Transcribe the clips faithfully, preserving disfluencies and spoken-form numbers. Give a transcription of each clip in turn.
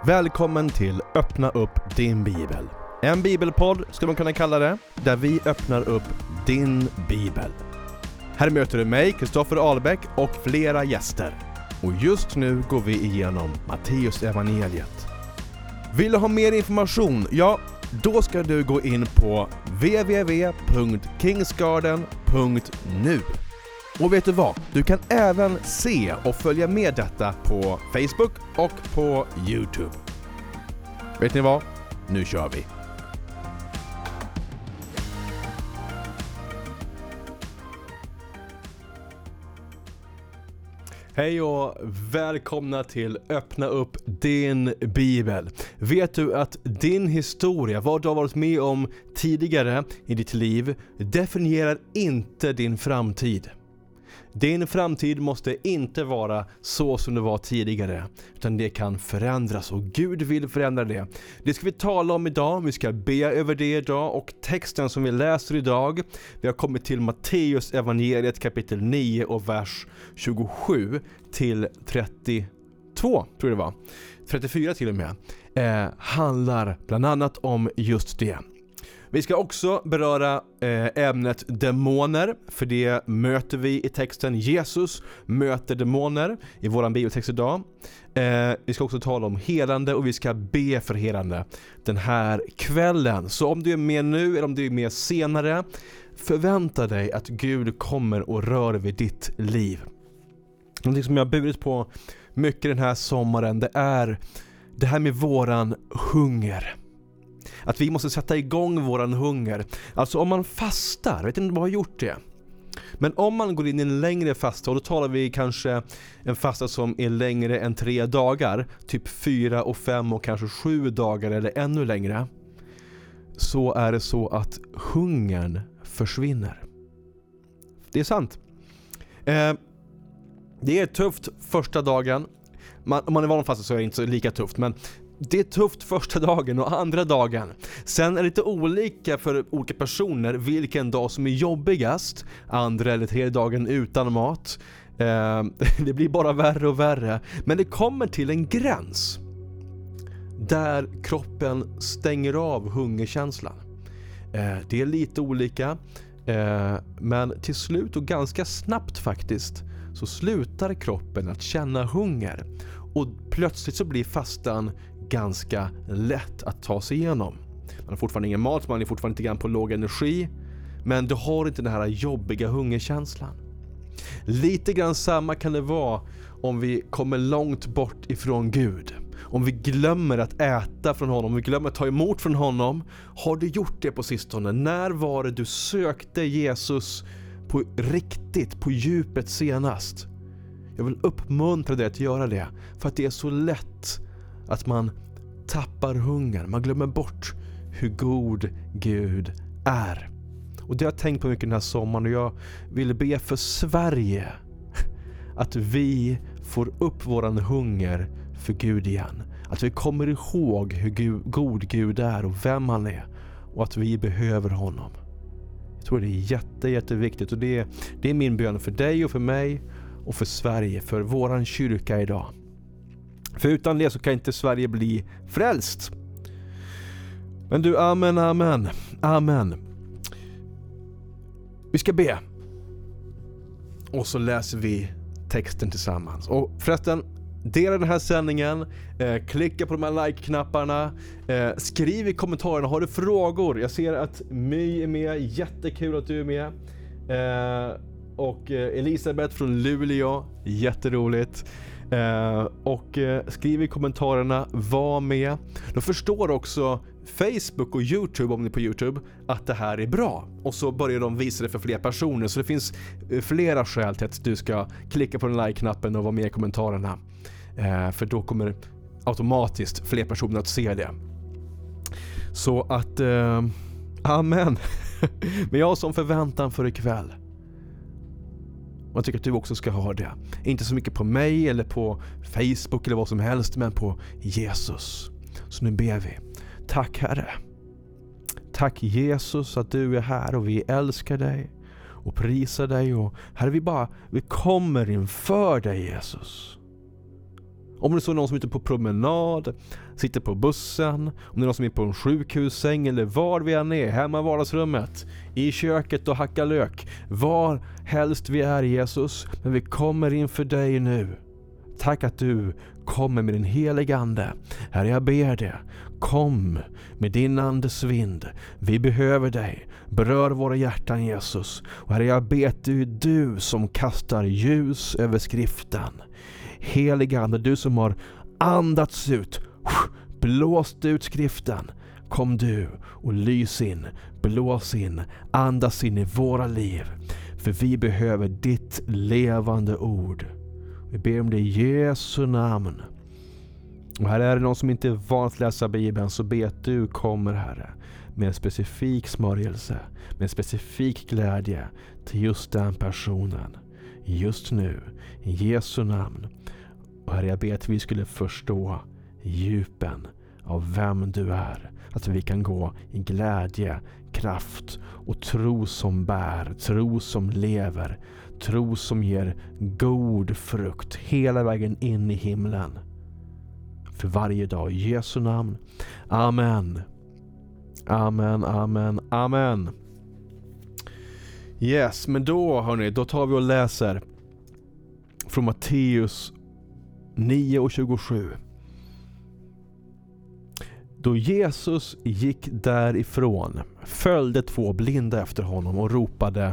Välkommen till Öppna upp din bibel. En bibelpodd ska man kunna kalla det, där vi öppnar upp din bibel. Här möter du mig, Kristoffer Ahlbäck, och flera gäster. Och just nu går vi igenom Matteus evangeliet. Vill du ha mer information? Ja, då ska du gå in på w w w punkt kingsgarden punkt nu. Och vet du vad? Du kan även se och följa med detta på Facebook och på YouTube. Vet ni vad? Nu kör vi! Hej och välkomna till Öppna upp din bibel. Vet du att din historia, vad du har varit med om tidigare i ditt liv, definierar inte din framtid. Din framtid måste inte vara så som det var tidigare, utan det kan förändras och Gud vill förändra det. Det ska vi tala om idag, vi ska be över det idag, och texten som vi läser idag, vi har kommit till Matteus evangeliet kapitel nio och vers tjugosju till trettiotvå, tror jag det var, trettiofyra till och med, eh, handlar bland annat om just det. Vi ska också beröra eh, ämnet demoner, för det möter vi i texten. Jesus möter demoner i våran bibeltext idag. Eh, vi ska också tala om helande och vi ska be för helande den här kvällen. Så om du är med nu eller om du är med senare, förvänta dig att Gud kommer och rör vid ditt liv. Någonting som jag har burit på mycket den här sommaren, det är det här med våran hunger. Att vi måste sätta igång våran hunger. Alltså om man fastar, vet inte om du har gjort det. Men om man går in i en längre fasta, och då talar vi kanske en fasta som är längre än tre dagar. Typ fyra och fem och kanske sju dagar eller ännu längre. Så är det så att hungern försvinner. Det är sant. Eh, det är tufft första dagen. Man, om man är van fasta så är det inte så lika tufft, men det är tufft första dagen och andra dagen. Sen är det lite olika för olika personer vilken dag som är jobbigast. Andra eller tredje dagen utan mat. Eh, det blir bara värre och värre. Men det kommer till en gräns där kroppen stänger av hungerkänslan. Eh, det är lite olika. Eh, men till slut, och ganska snabbt faktiskt, så slutar kroppen att känna hunger. Och plötsligt så blir fastan ganska lätt att ta sig igenom. Man har fortfarande ingen mat, man är fortfarande inte grann på låg energi, men du har inte den här jobbiga hungerkänslan. Lite grann samma kan det vara om vi kommer långt bort ifrån Gud. Om vi glömmer att äta från honom, om vi glömmer att ta emot från honom. Har du gjort det på sistone? När var det du sökte Jesus på riktigt, på djupet senast? Jag vill uppmuntra dig att göra det, för att det är så lätt att man tappar hunger. Man glömmer bort hur god Gud är. Och det har jag tänkt på mycket den här sommaren, och jag vill be för Sverige att vi får upp våran hunger för Gud igen. Att vi kommer ihåg hur Gud, god Gud är och vem han är, och att vi behöver honom. Jag tror det är jätte, jätteviktigt, och det, det är min bön för dig och för mig och för Sverige, för våran kyrka idag. För utan det så kan inte Sverige bli frälst. Men du, amen, amen, amen. Vi ska be. Och så läser vi texten tillsammans. Och förresten, dela den här sändningen. Eh, klicka på de här like-knapparna. Eh, skriv i kommentarerna, har du frågor? Jag ser att My är med. Jättekul att du är med. Eh, och eh, Elisabeth från Luleå. Jätteroligt. Uh, och uh, skriv i kommentarerna, var med. De förstår också Facebook och YouTube, om ni är på YouTube, att det här är bra. Och så börjar de visa det för fler personer. Så det finns uh, flera skäl till att du ska klicka på den like-knappen och vara med i kommentarerna. Uh, för då kommer automatiskt fler personer att se det. Så att, uh, amen. Men jag har som förväntan för ikväll. Och jag tycker att du också ska ha det. Inte så mycket på mig eller på Facebook eller vad som helst, men på Jesus. Så nu ber vi. Tack Herre. Tack Jesus att du är här, och vi älskar dig och prisar dig. Och Herre, vi bara vi kommer inför dig Jesus. Om det är så någon som är ute på promenad, sitter på bussen, om det är någon som är på en sjukhussäng eller var vi än är, hemma i vardagsrummet, i köket och hackar lök. Var helst vi är, Jesus, men vi kommer inför dig nu. Tack att du kommer med din heliga ande. Herre, jag ber det. Kom med din andes vind. Vi behöver dig. Berör våra hjärtan, Jesus. Och Herre, jag ber att det är du som kastar ljus över skriften. Heliga ande, du som har andats ut, blåst ut skriften. Kom du och lys in, blås in, andas in i våra liv. För vi behöver ditt levande ord. Vi ber om det i Jesu namn. Och här är det någon som inte är van att läsa Bibeln, så be att du kommer, Herre, med en specifik smörjelse, med en specifik glädje till just den personen. Just nu, i Jesu namn. Och Herre, jag ber att vi skulle förstå djupen av vem du är. Att vi kan gå i glädje, kraft och tro som bär, tro som lever, tro som ger god frukt hela vägen in i himlen. För varje dag, i Jesu namn. Amen. Amen, amen, amen. Yes, men då hörni, då tar vi och läser från Matteus nio och tjugosju. Då Jesus gick därifrån följde två blinda efter honom och ropade: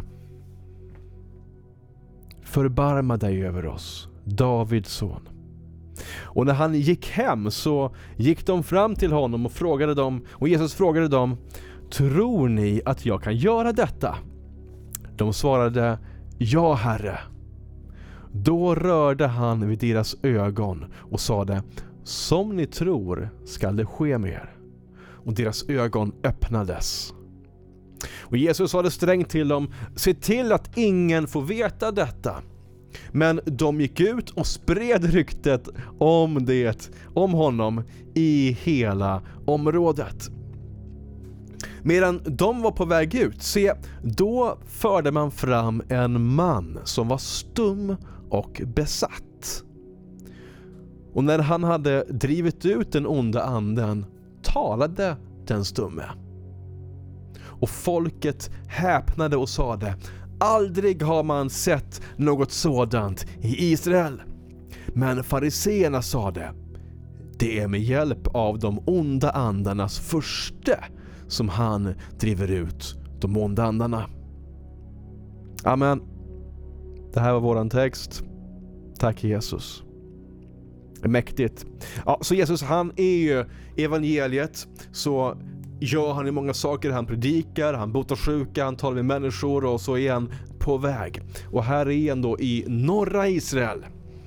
förbarma dig över oss, Davids son. Och när han gick hem så gick de fram till honom och frågade dem, och Jesus frågade dem: tror ni att jag kan göra detta? De svarade: ja, Herre. Då rörde han vid deras ögon och sade: som ni tror skall det ske med er. Och deras ögon öppnades. Och Jesus sa det strängt till dem: se till att ingen får veta detta. Men de gick ut och spred ryktet om det, om honom i hela området. Medan de var på väg ut, se, då förde man fram en man som var stum och besatt. Och när han hade drivit ut den onda anden talade den stumme. Och folket häpnade och sade: aldrig har man sett något sådant i Israel. Men fariseerna sade: det är med hjälp av de onda andarnas furste som han driver ut de onda andarna. Amen. Det här var våran text. Tack Jesus. Mäktigt. Ja, så Jesus, han är ju evangeliet, så gör han i många saker. Han predikar, han botar sjuka, han talar med människor, och så är han på väg. Och här är han då i norra Israel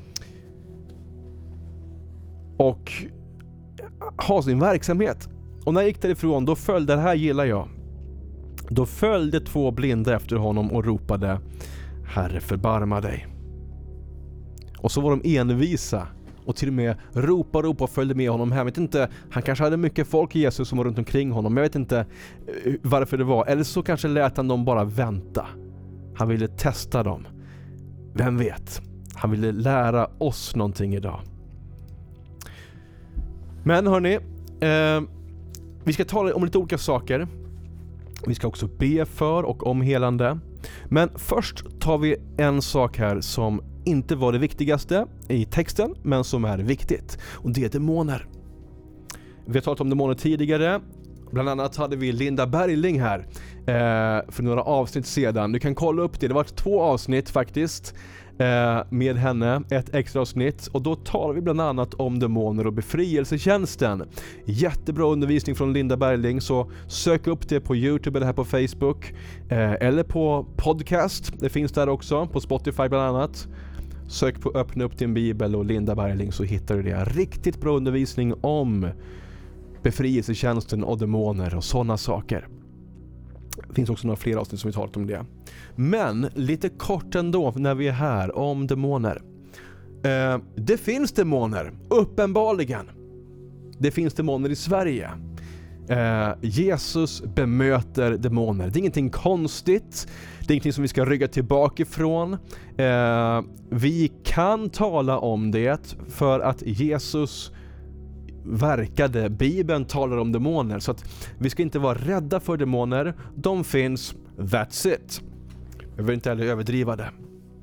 och har sin verksamhet. Och när han gick därifrån, då följde, det här gillar jag, då följde två blinda efter honom och ropade: Herre, förbarma dig. Och så var de envisa och till och med ropa, ropa och följde med honom hem. Jag vet inte, han kanske hade mycket folk i Jesus som var runt omkring honom. Jag vet inte varför det var. Eller så kanske lät han dem bara vänta. Han ville testa dem. Vem vet? Han ville lära oss någonting idag. Men hörni, eh, vi ska tala om lite olika saker. Vi ska också be för och om helande. Men först tar vi en sak här som inte var det viktigaste i texten, men som är viktigt. Och det är demoner. Vi har talat om demoner tidigare. Bland annat hade vi Linda Bergling här eh, för några avsnitt sedan. Du kan kolla upp det. Det var två avsnitt faktiskt eh, med henne. Ett extra avsnitt. Och då talar vi bland annat om demoner och befrielsetjänsten. Jättebra undervisning från Linda Bergling. Så sök upp det på YouTube eller här på Facebook. Eh, eller på podcast. Det finns där också. På Spotify bland annat. Sök på Öppna upp din bibel och Linda Bergling, så hittar du det. Riktigt bra undervisning om befrielsetjänsten och demoner och sådana saker. Det finns också några fler avsnitt som vi talat om det. Men lite kort ändå när vi är här om demoner. Eh, det finns demoner, uppenbarligen. Det finns demoner i Sverige. Eh, Jesus bemöter demoner. Det är ingenting konstigt. Det är ingenting som vi ska rygga tillbaka ifrån. Eh, vi kan tala om det för att Jesus verkade. Bibeln talar om demoner. Så att vi ska inte vara rädda för demoner. De finns. That's it. Jag vill inte heller överdriva det.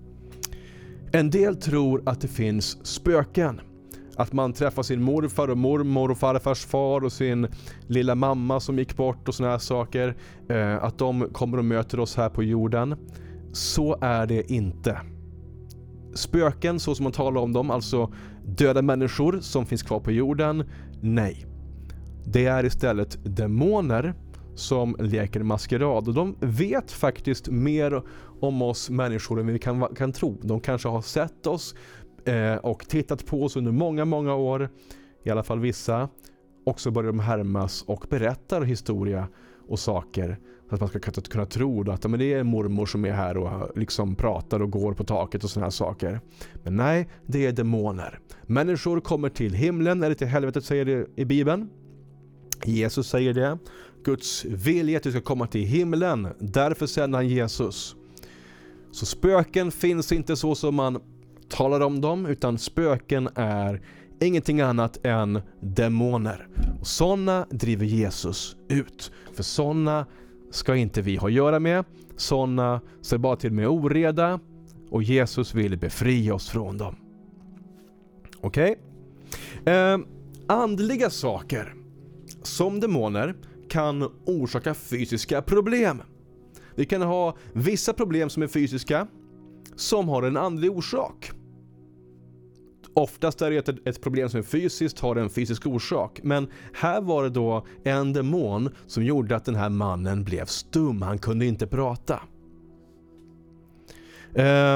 En del tror att det finns spöken. Att man träffar sin morfar och mormor och farfars far och sin lilla mamma som gick bort och såna här saker. Eh, att de kommer och möter oss här på jorden. Så är det inte. Spöken, så som man talar om dem, alltså döda människor som finns kvar på jorden, nej. Det är istället demoner som leker maskerad. Och de vet faktiskt mer om oss människor än vi kan, kan tro. De kanske har sett oss eh, och tittat på oss under många, många år. I alla fall vissa. Och så börjar de härmas och berättar historia och saker. Så att man ska kunna tro att men det är mormor som är här och liksom pratar och går på taket och såna här saker. Men nej, det är demoner. Människor kommer till himlen eller till helvetet, säger det i Bibeln. Jesus säger det. Guds vilja att du ska komma till himlen. Därför sänder han Jesus. Så spöken finns inte så som man talar om dem, utan spöken är ingenting annat än demoner. Och sådana driver Jesus ut. För sådana ska inte vi ha att göra med. Sådana ser bara till med oreda. Och Jesus vill befria oss från dem. Okej? Okay? Eh, andliga saker som demoner kan orsaka fysiska problem. Vi kan ha vissa problem som är fysiska som har en andlig orsak. Oftast är det ett, ett problem som är fysiskt har en fysisk orsak. Men här var det då en demon som gjorde att den här mannen blev stum. Han kunde inte prata. Eh,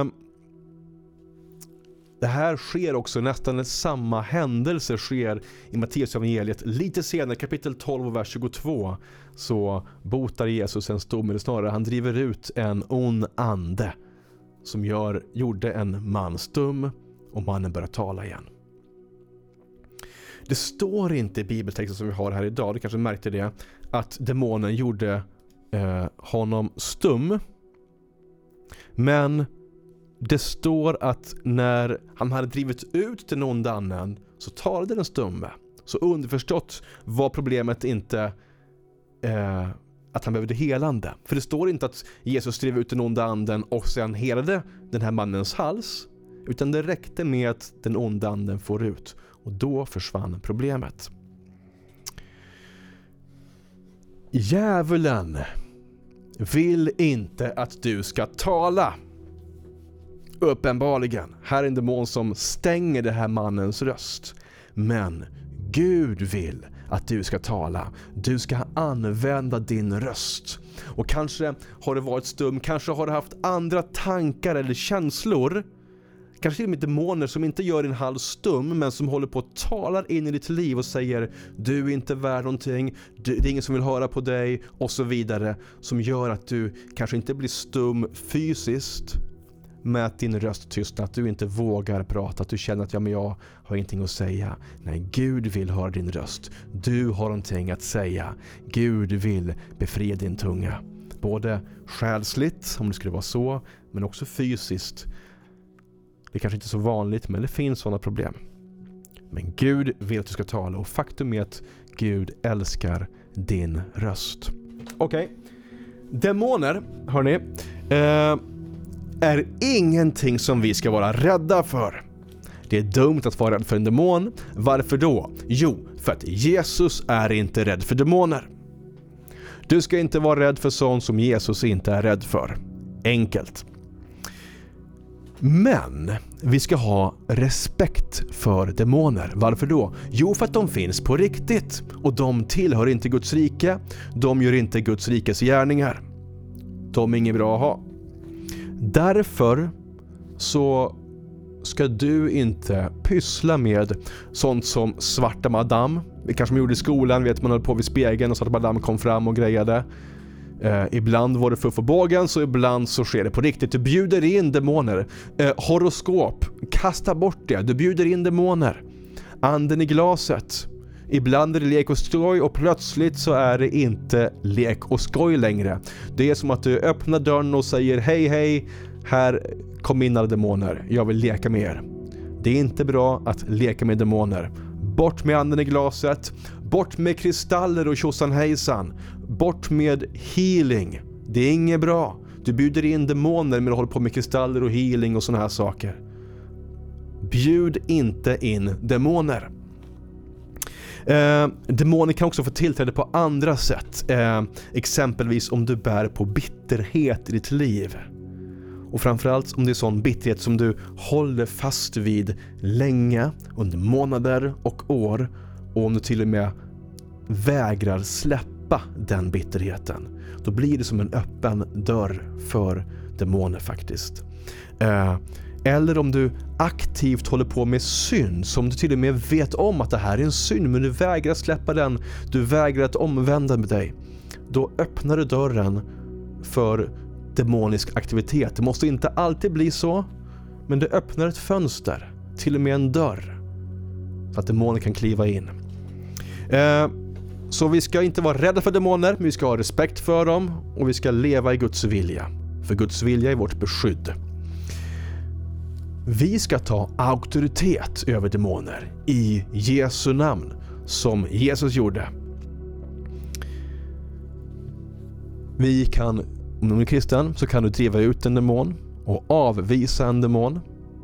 det här sker också, nästan samma händelse sker i Matteus evangeliet. Lite senare, kapitel tolv, vers tjugotvå, så botar Jesus en stum, eller snarare han driver ut en ond ande som gör, gjorde en man stum. Och mannen börjar tala igen. Det står inte i bibeltexten som vi har här idag, du kanske märkte det, att demonen gjorde eh, honom stum. Men det står att när han hade drivit ut den onda anden så talade den stumme. Så underförstått var problemet inte eh, att han behövde helande. För det står inte att Jesus drev ut den onda anden och sen helade den här mannens hals. Utan det räckte med att den onda anden får ut. Och då försvann problemet. Djävulen vill inte att du ska tala. Uppenbarligen. Här är en demon som stänger det här mannens röst. Men Gud vill att du ska tala. Du ska använda din röst. Och kanske har det varit stum. Kanske har du haft andra tankar eller känslor. Kanske till och med demoner som inte gör din hals stum, men som håller på att talar in i ditt liv och säger du är inte värd någonting, du, det är ingen som vill höra på dig och så vidare. Som gör att du kanske inte blir stum fysiskt, med att din röst tystnar, att du inte vågar prata, att du känner att ja, men jag har ingenting att säga. Nej, Gud vill höra din röst. Du har någonting att säga. Gud vill befria din tunga. Både själsligt, om det skulle vara så, men också fysiskt. Det är kanske inte är så vanligt, men det finns sådana problem. Men Gud vill att du ska tala, och faktum är att Gud älskar din röst. Okej. Okay. Demoner, hörni, eh, är ingenting som vi ska vara rädda för. Det är dumt att vara rädd för en demon. Varför då? Jo, för att Jesus är inte rädd för demoner. Du ska inte vara rädd för sånt som Jesus inte är rädd för. Enkelt. Men vi ska ha respekt för demoner. Varför då? Jo, för att de finns på riktigt. Och de tillhör inte Guds rike. De gör inte Guds rikes gärningar. De är inget bra att ha. Därför så ska du inte pyssla med sånt som svarta madam. Det kanske man gjorde i skolan, vet man höll på vid spegeln och svarta madam kom fram och grejade. Eh, ibland var det för bågen, så ibland så sker det på riktigt. Du bjuder in demoner. Eh, horoskop, kasta bort det. Du bjuder in demoner. Anden i glaset. Ibland är det lek och skoj och plötsligt så är det inte lek och skoj längre. Det är som att du öppnar dörren och säger hej hej, här kom in alla demoner, jag vill leka med er. Det är inte bra att leka med demoner. Bort med anden i glaset, bort med kristaller och tjosan hejsan, bort med healing. Det är inget bra. Du bjuder in demoner men du håller på med kristaller och healing och såna här saker. Bjud inte in demoner. Eh, demoner kan också få tillträde på andra sätt. Eh, exempelvis om du bär på bitterhet i ditt liv. Och framförallt om det är sån bitterhet som du håller fast vid länge, under månader och år. Och om du till och med vägrar släppa den bitterheten. Då blir det som en öppen dörr för demoner faktiskt. Eh, eller om du aktivt håller på med synd, som du till och med vet om att det här är en synd, men du vägrar släppa den, du vägrar att omvända med dig. Då öppnar du dörren för demonisk aktivitet. Det måste inte alltid bli så, men det öppnar ett fönster, till och med en dörr, så att demoner kan kliva in. Eh, så vi ska inte vara rädda för demoner, men vi ska ha respekt för dem och vi ska leva i Guds vilja. För Guds vilja är vårt beskydd. Vi ska ta auktoritet över demoner i Jesu namn, som Jesus gjorde. Vi kan, om du är kristen, så kan du driva ut en demon och avvisa en demon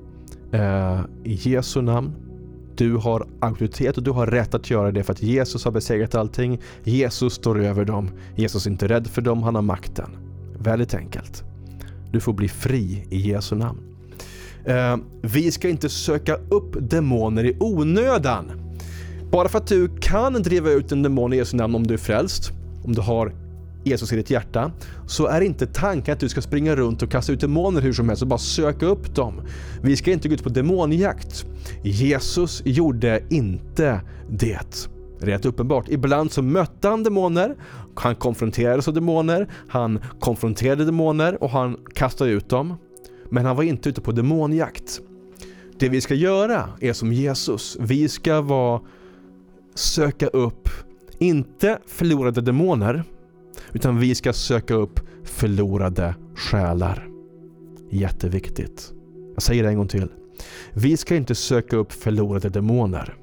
eh, i Jesu namn. Du har auktoritet och du har rätt att göra det för att Jesus har besegrat allting. Jesus står över dem. Jesus är inte rädd för dem, han har makten. Väldigt enkelt. Du får bli fri i Jesu namn. Uh, vi ska inte söka upp demoner i onödan. Bara för att du kan driva ut en demon i Jesu namn om du är frälst, om du har Jesus i ditt hjärta, så är inte tanken att du ska springa runt och kasta ut demoner hur som helst och bara söka upp dem. Vi ska inte gå ut på demonjakt. Jesus gjorde inte det. Rätt uppenbart. Ibland så mötte han demoner, han konfronterades av demoner, han konfronterade demoner och han kastade ut dem. Men han var inte ute på demonjakt. Det vi ska göra är som Jesus. Vi ska vara, söka upp, inte förlorade demoner, utan vi ska söka upp förlorade själar. Jätteviktigt. Jag säger det en gång till. Vi ska inte söka upp förlorade demoner,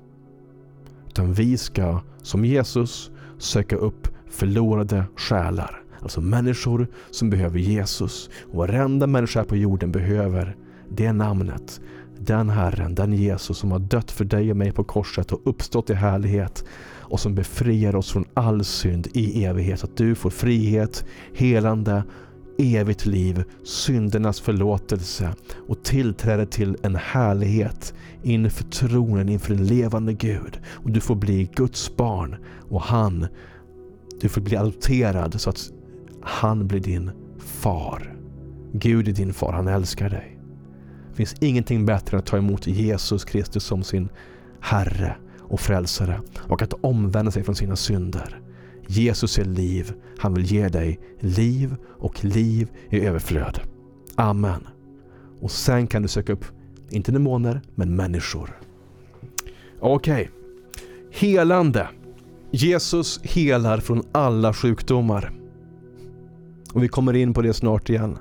utan vi ska, som Jesus, söka upp förlorade själar. Alltså människor som behöver Jesus. Och varenda människa på jorden behöver det namnet. Den Herren, den Jesus som har dött för dig och mig på korset och uppstått i härlighet. Och som befriar oss från all synd i evighet. Att du får frihet, helande, evigt liv, syndernas förlåtelse och tillträde till en härlighet inför tronen, inför en levande Gud. Och du får bli Guds barn och han, du får bli adopterad så att han blir din far. Gud är din far, han älskar dig. Det finns ingenting bättre än att ta emot Jesus Kristus som sin Herre och frälsare och att omvända sig från sina synder. Jesus är liv, han vill ge dig liv och liv i överflöd. Amen. Och sen kan du söka upp, inte demoner, men människor. Okej. Okay. Helande. Jesus helar från alla sjukdomar. Och vi kommer in på det snart igen.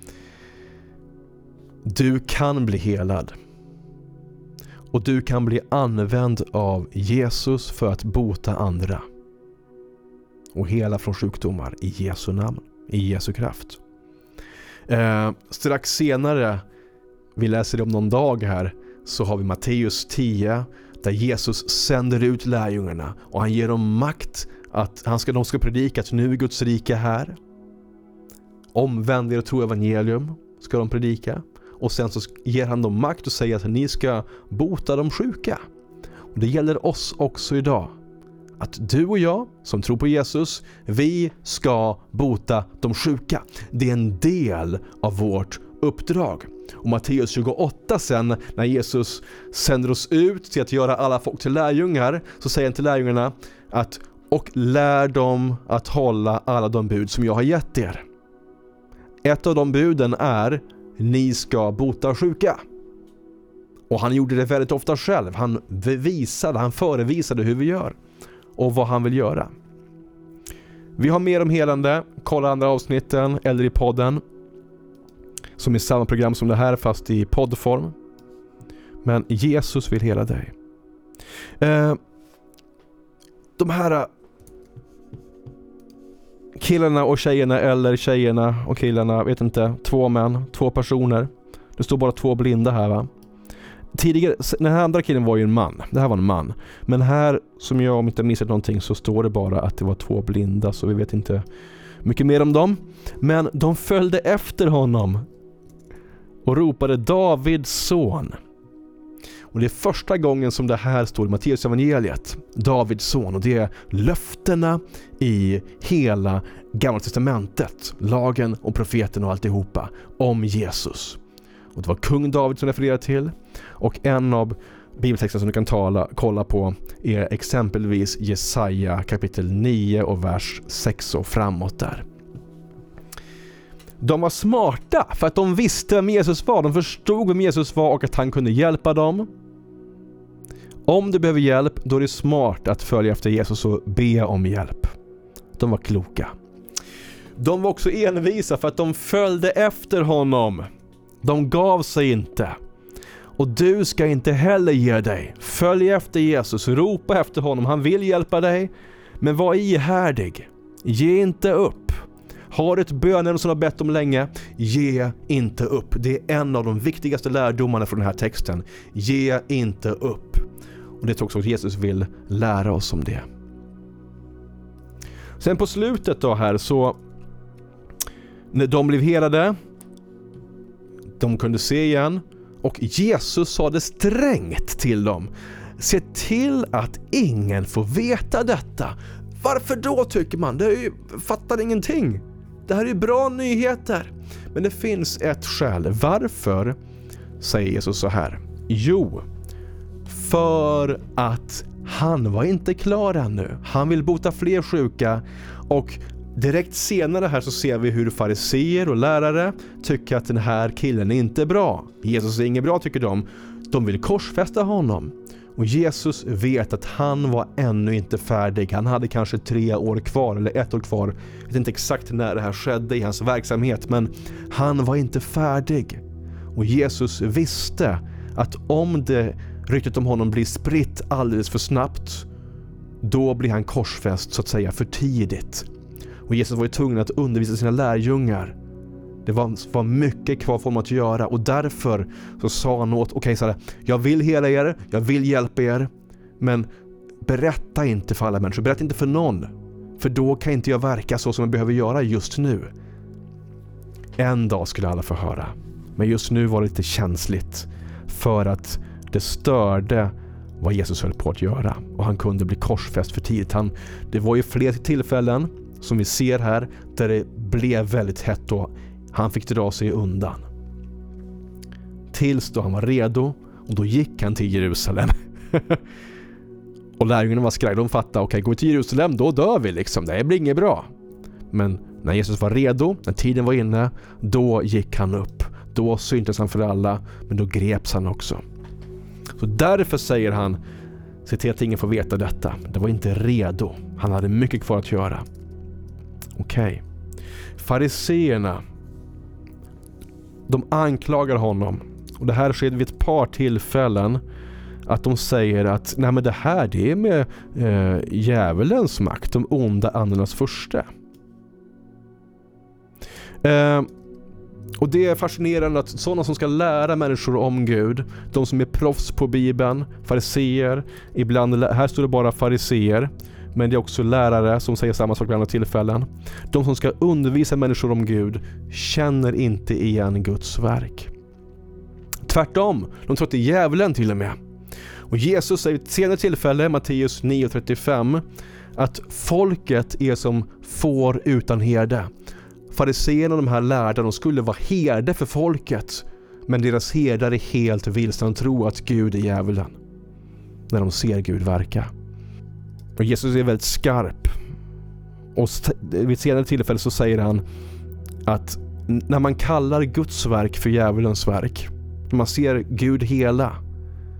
Du kan bli helad. Och du kan bli använd av Jesus för att bota andra. Och hela från sjukdomar i Jesu namn, i Jesu kraft. Eh, strax senare, vi läser det om någon dag här, så har vi Matteus tio där Jesus sänder ut lärjungarna och han ger dem makt att han ska, de ska predika att nu är Guds rike här. Omvänd er och tro evangelium ska de predika. Och sen så ger han dem makt och säger att ni ska bota de sjuka. Och det gäller oss också idag. Att du och jag som tror på Jesus, vi ska bota de sjuka. Det är en del av vårt uppdrag. Och Matteus tjugoåtta sen, när Jesus sänder oss ut till att göra alla folk till lärjungar, så säger han till lärjungarna att och lär dem att hålla alla de bud som jag har gett er. Ett av de buden är ni ska bota sjuka. Och han gjorde det väldigt ofta själv. Han bevisade, han förevisade hur vi gör. och vad han vill göra. Vi har mer om helande, kolla andra avsnitten eller i podden som är samma program som det här fast i poddform. Men Jesus vill hela dig. Eh, de här killarna och tjejerna, eller tjejerna och killarna, vet inte, två män, två personer. Det står bara två blinda här, va? Tidigare, den här andra killen var ju en man. Det här var en man. Men här, som jag om inte missat någonting, så står det bara att det var två blinda, så vi vet inte mycket mer om dem. Men de följde efter honom och ropade Davids son. Och det är första gången som det här står i Matteus evangeliet, Davids son, och det är löftena i hela Gamla testamentet, lagen och profeten och alltihopa om Jesus. Och det var kung David som refererar till, och en av bibeltexterna som du kan tala, kolla på är exempelvis Jesaja kapitel nio och vers sex och framåt där. De var smarta för att de visste vem Jesus var. De förstod vem Jesus var och att han kunde hjälpa dem. Om du behöver hjälp, då är det smart att följa efter Jesus och be om hjälp. De var kloka. De var också envisa för att de följde efter honom. De gav sig inte. Och du ska inte heller ge dig. Följ efter Jesus, ropa efter honom. Han vill hjälpa dig, men var ihärdig. Ge inte upp. Har ett bönen som har bett om länge, ge inte upp. Det är en av de viktigaste lärdomarna från den här texten. Ge inte upp. Och det är också att Jesus vill lära oss om det. Sen på slutet då här, så när de blev helade, de kunde se igen, och Jesus sa det strängt till dem: se till att ingen får veta detta. Varför då, tycker man? Det är ju, fattar ingenting. Det här är ju bra nyheter. Men det finns ett skäl. Varför säger Jesus så här? Jo, för att han var inte klar ännu. Han vill bota fler sjuka, och direkt senare här så ser vi hur fariseer och lärare tycker att den här killen är inte bra. Jesus är inget bra, tycker de. De vill korsfästa honom. Och Jesus vet att han var ännu inte färdig. Han hade kanske tre år kvar eller ett år kvar. Jag vet inte exakt när det här skedde i hans verksamhet, men han var inte färdig. Och Jesus visste att om det ryktet om honom blir spritt alldeles för snabbt, då blir han korsfäst så att säga för tidigt. Och Jesus var ju tvungen att undervisa sina lärjungar. Det var, var mycket kvar för honom att göra, och därför så sa han åt, okej, okay, så här, jag vill hela er, jag vill hjälpa er, men berätta inte för alla människor, berätta inte för någon, för då kan inte jag verka så som jag behöver göra just nu. En dag skulle alla få höra, men just nu var det lite känsligt, för att det störde vad Jesus höll på att göra, och han kunde bli korsfäst för tidigt. Han, det var ju fler tillfällen som vi ser här där det blev väldigt hett, och han fick dra sig undan. Tills då han var redo, och då gick han till Jerusalem. Och lärjungarna var skraj, de fattade, okej, okay, går vi till Jerusalem, då dör vi liksom, det blir inget bra. Men när Jesus var redo, när tiden var inne, då gick han upp. Då syntes han för alla, men då greps han också. Så därför säger han, se till att ingen får veta detta. Det var inte redo, han hade mycket kvar att göra. Okej. Okay. Fariseerna, de anklagar honom, och det här sker vid ett par tillfällen, att de säger att nej, men det här, det är med eh, djävulens makt, de onda andarnas första. Eh, och det är fascinerande att sådana som ska lära människor om Gud, de som är proffs på Bibeln, fariseer, ibland, här står det bara fariseer, men det är också lärare som säger samma sak vid andra tillfällen. De som ska undervisa människor om Gud känner inte igen Guds verk. Tvärtom, de tror att det är djävulen till och med. Och Jesus säger i ett senare tillfälle, Matteus nio trettiofem, att folket är som får utan herde. Fariseerna och de här lärda, de skulle vara herde för folket, men deras herdar är helt vilsna och tror att Gud är djävulen när de ser Gud verka. Och Jesus är väldigt skarp. Och vid ett senare tillfälle så säger han att när man kallar Guds verk för djävulens verk, när man ser Gud hela,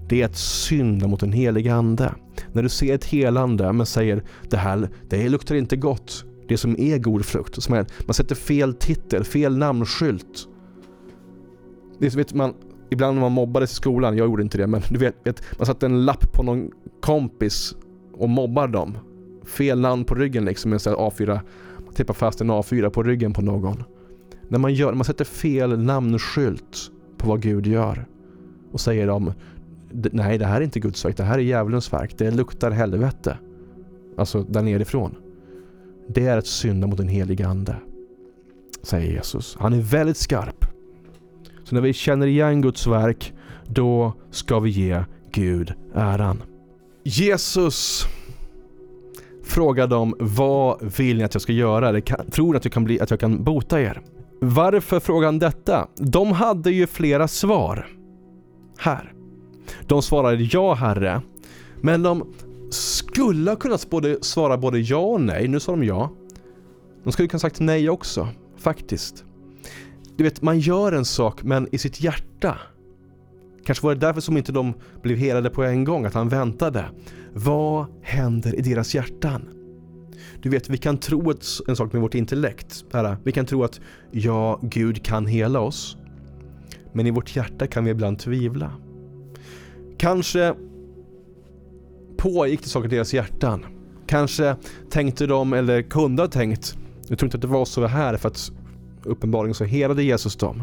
det är att synda mot en helig ande. När du ser ett helande men säger det här, det luktar inte gott. Det som är god frukt. Som är, man sätter fel titel, fel namnskylt. Det vet man, ibland när man mobbades i skolan, jag gjorde inte det, men du vet, vet man satte en lapp på någon kompis och mobbar dem. Fel namn på ryggen liksom, en sån här A fyra, man tejpar fast en A fyra på ryggen på någon. När man gör, när man sätter fel namnskylt på vad Gud gör och säger om nej, det här är inte Guds verk, det här är djävulens verk, det luktar helvete. Alltså där nerifrån. Det är ett synda mot en helig ande, säger Jesus. Han är väldigt skarp. Så när vi känner igen Guds verk, då ska vi ge Gud äran. Jesus frågar dem, vad vill ni att jag ska göra? Eller kan, tror ni att jag kan, bli, att jag kan bota er? Varför frågar han detta? De hade ju flera svar här. De svarade ja, Herre. Men de skulle ha kunnat både svara både ja och nej. Nu sa de ja. De skulle kunna sagt nej också, faktiskt. Du vet, man gör en sak men i sitt hjärta. Kanske var det därför som inte de blev helade på en gång, att han väntade. Vad händer i deras hjärtan? Du vet, vi kan tro ett, en sak med vårt intellekt. Här, vi kan tro att ja, Gud kan hela oss. Men i vårt hjärta kan vi ibland tvivla. Kanske pågick det saker i deras hjärtan. Kanske tänkte de, eller kunde ha tänkt, jag tror inte att det var så här, för att uppenbarligen så helade Jesus dem.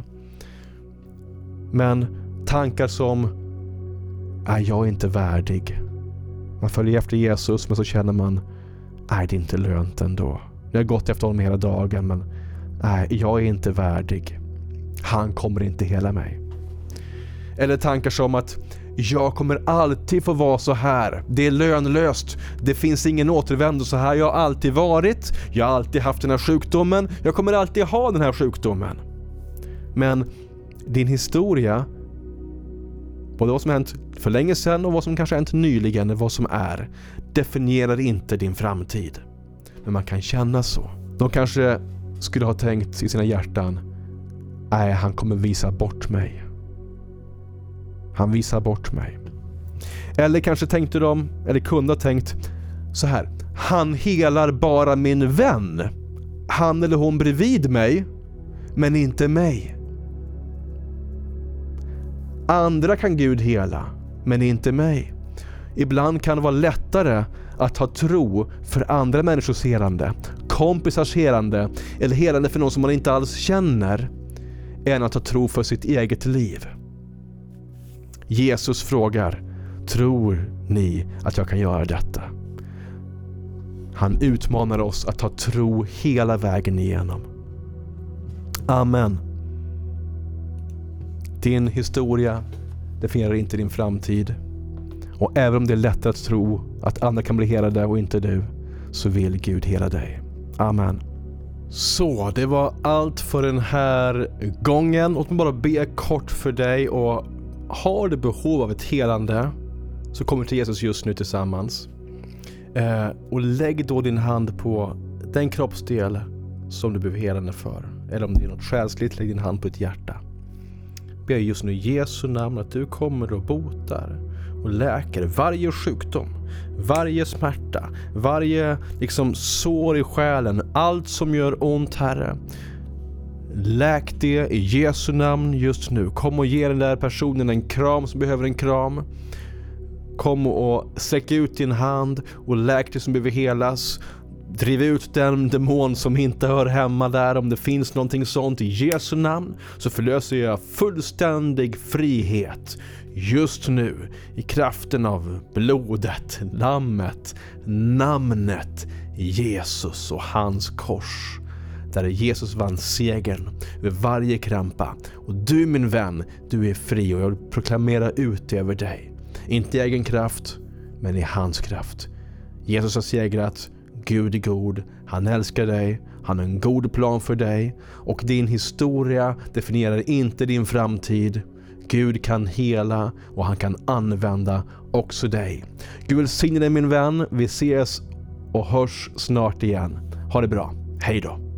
Men tankar som, är jag inte värdig? Man följer efter Jesus, men så känner man, är det inte lönt ändå? Jag har gått efter honom hela dagen, men nej, jag är inte värdig. Han kommer inte hela mig. Eller tankar som att jag kommer alltid få vara så här. Det är lönlöst. Det finns ingen återvändo, så här jag har alltid varit. Jag har alltid haft den här sjukdomen. Jag kommer alltid ha den här sjukdomen. Men din historia, både vad som hänt för länge sedan och vad som kanske hänt nyligen, vad som är, definierar inte din framtid. Men man kan känna så. De kanske skulle ha tänkt i sina hjärtan, nej, han kommer visa bort mig. Han visar bort mig. Eller kanske tänkte de, eller kunde ha tänkt så här, han helar bara min vän. Han eller hon bredvid mig, men inte mig. Andra kan Gud hela, men inte mig. Ibland kan det vara lättare att ha tro för andra människors helande, kompisars helande, eller helande för någon som man inte alls känner, än att ha tro för sitt eget liv. Jesus frågar, tror ni att jag kan göra detta? Han utmanar oss att ha tro hela vägen igenom. Amen. Din historia definierar inte din framtid. Och även om det är lättare att tro att andra kan bli helade och inte du, så vill Gud hela dig. Amen. Så, det var allt för den här gången. Låt mig bara be kort för dig, och har du behov av ett helande så kommer till Jesus just nu tillsammans. Eh, och lägg då din hand på den kroppsdel som du behöver helande för. Eller om det är något själsligt, lägg din hand på ett hjärta. Be just nu i Jesu namn att du kommer och botar och läker varje sjukdom, varje smärta, varje liksom sår i själen, allt som gör ont, Herre. Läk det i Jesu namn just nu. Kom och ge den där personen en kram som behöver en kram. Kom och sträck ut din hand och läk det som behöver helas. Driv ut den demon som inte hör hemma där. Om det finns någonting sånt i Jesu namn, så förlöser jag fullständig frihet just nu i kraften av blodet, lammet, namnet Jesus och hans kors. Där Jesus vann segern över varje krampa. Och du, min vän, du är fri, och jag vill proklamera ut det över dig. Inte i egen kraft, men i hans kraft. Jesus har segrat. Gud är god. Han älskar dig. Han har en god plan för dig. Och din historia definierar inte din framtid. Gud kan hela, och han kan använda också dig. Gud välsigne dig, min vän. Vi ses och hörs snart igen. Ha det bra. Hej då.